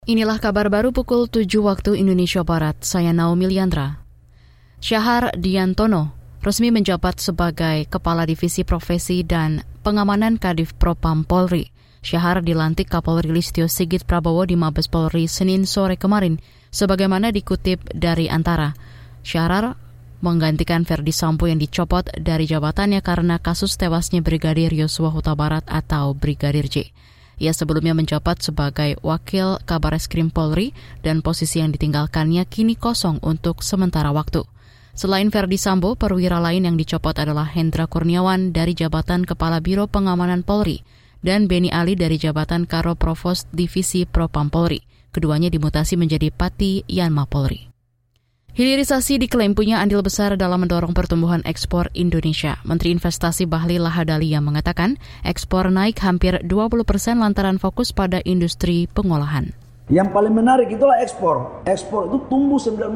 Inilah kabar baru pukul 7 waktu Indonesia Barat. Saya Naomi Liandra. Syahar Diantono resmi menjabat sebagai Kepala Divisi Profesi dan Pengamanan Kadif Propam Polri. Syahar dilantik Kapolri Listio Sigit Prabowo di Mabes Polri Senin sore kemarin, sebagaimana dikutip dari Antara. Syahar menggantikan Ferdi Sambo yang dicopot dari jabatannya karena kasus tewasnya Brigadir Yosua Huta Barat atau Brigadir J. Ia sebelumnya menjabat sebagai Wakil Kabareskrim Polri dan posisi yang ditinggalkannya kini kosong untuk sementara waktu. Selain Ferdi Sambo, perwira lain yang dicopot adalah Hendra Kurniawan dari jabatan Kepala Biro Pengamanan Polri dan Beni Ali dari jabatan Karo Provos Divisi Propam Polri. Keduanya dimutasi menjadi Pati Yanma Polri. Hilirisasi diklaim punya andil besar dalam mendorong pertumbuhan ekspor Indonesia. Menteri Investasi Bahlil Lahadalia mengatakan ekspor naik hampir 20% lantaran fokus pada industri pengolahan. Yang paling menarik itulah ekspor. Ekspor itu tumbuh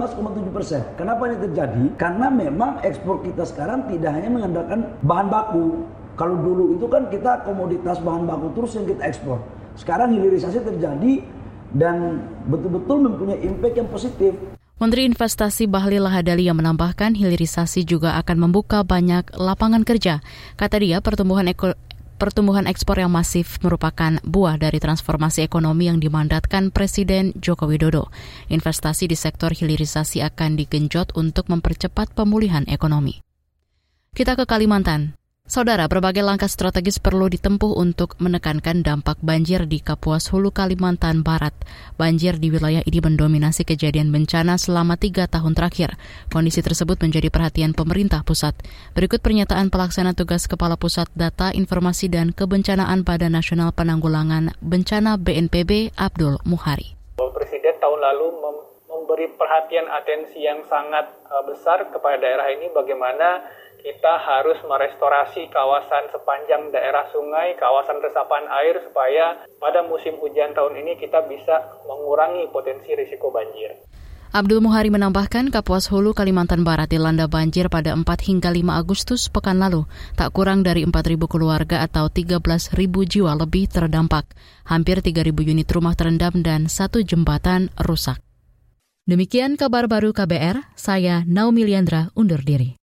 19,7%. Kenapa ini terjadi? Karena memang ekspor kita sekarang tidak hanya mengandalkan bahan baku. Kalau dulu itu kan kita komoditas bahan baku terus yang kita ekspor. Sekarang hilirisasi terjadi dan betul-betul mempunyai impact yang positif. Menteri Investasi Bahlil Lahadalia menambahkan hilirisasi juga akan membuka banyak lapangan kerja. Kata dia, pertumbuhan ekspor yang masif merupakan buah dari transformasi ekonomi yang dimandatkan Presiden Joko Widodo. Investasi di sektor hilirisasi akan digenjot untuk mempercepat pemulihan ekonomi. Kita ke Kalimantan. Saudara, berbagai langkah strategis perlu ditempuh untuk menekankan dampak banjir di Kapuas Hulu, Kalimantan Barat. Banjir di wilayah ini mendominasi kejadian bencana selama 3 tahun terakhir. Kondisi tersebut menjadi perhatian pemerintah pusat. Berikut pernyataan pelaksana tugas Kepala Pusat Data, Informasi dan Kebencanaan Badan Nasional Penanggulangan Bencana BNPB, Abdul Muhari. Presiden tahun lalu memberi perhatian atensi yang sangat besar kepada daerah ini, bagaimana kita harus merestorasi kawasan sepanjang daerah sungai, kawasan resapan air, supaya pada musim hujan tahun ini kita bisa mengurangi potensi risiko banjir. Abdul Muhari menambahkan Kapuas Hulu, Kalimantan Barat dilanda banjir pada 4 hingga 5 Agustus pekan lalu. Tak kurang dari 4.000 keluarga atau 13.000 jiwa lebih terdampak. Hampir 3.000 unit rumah terendam dan 1 jembatan rusak. Demikian kabar baru KBR, saya Naomi Liandra undur diri.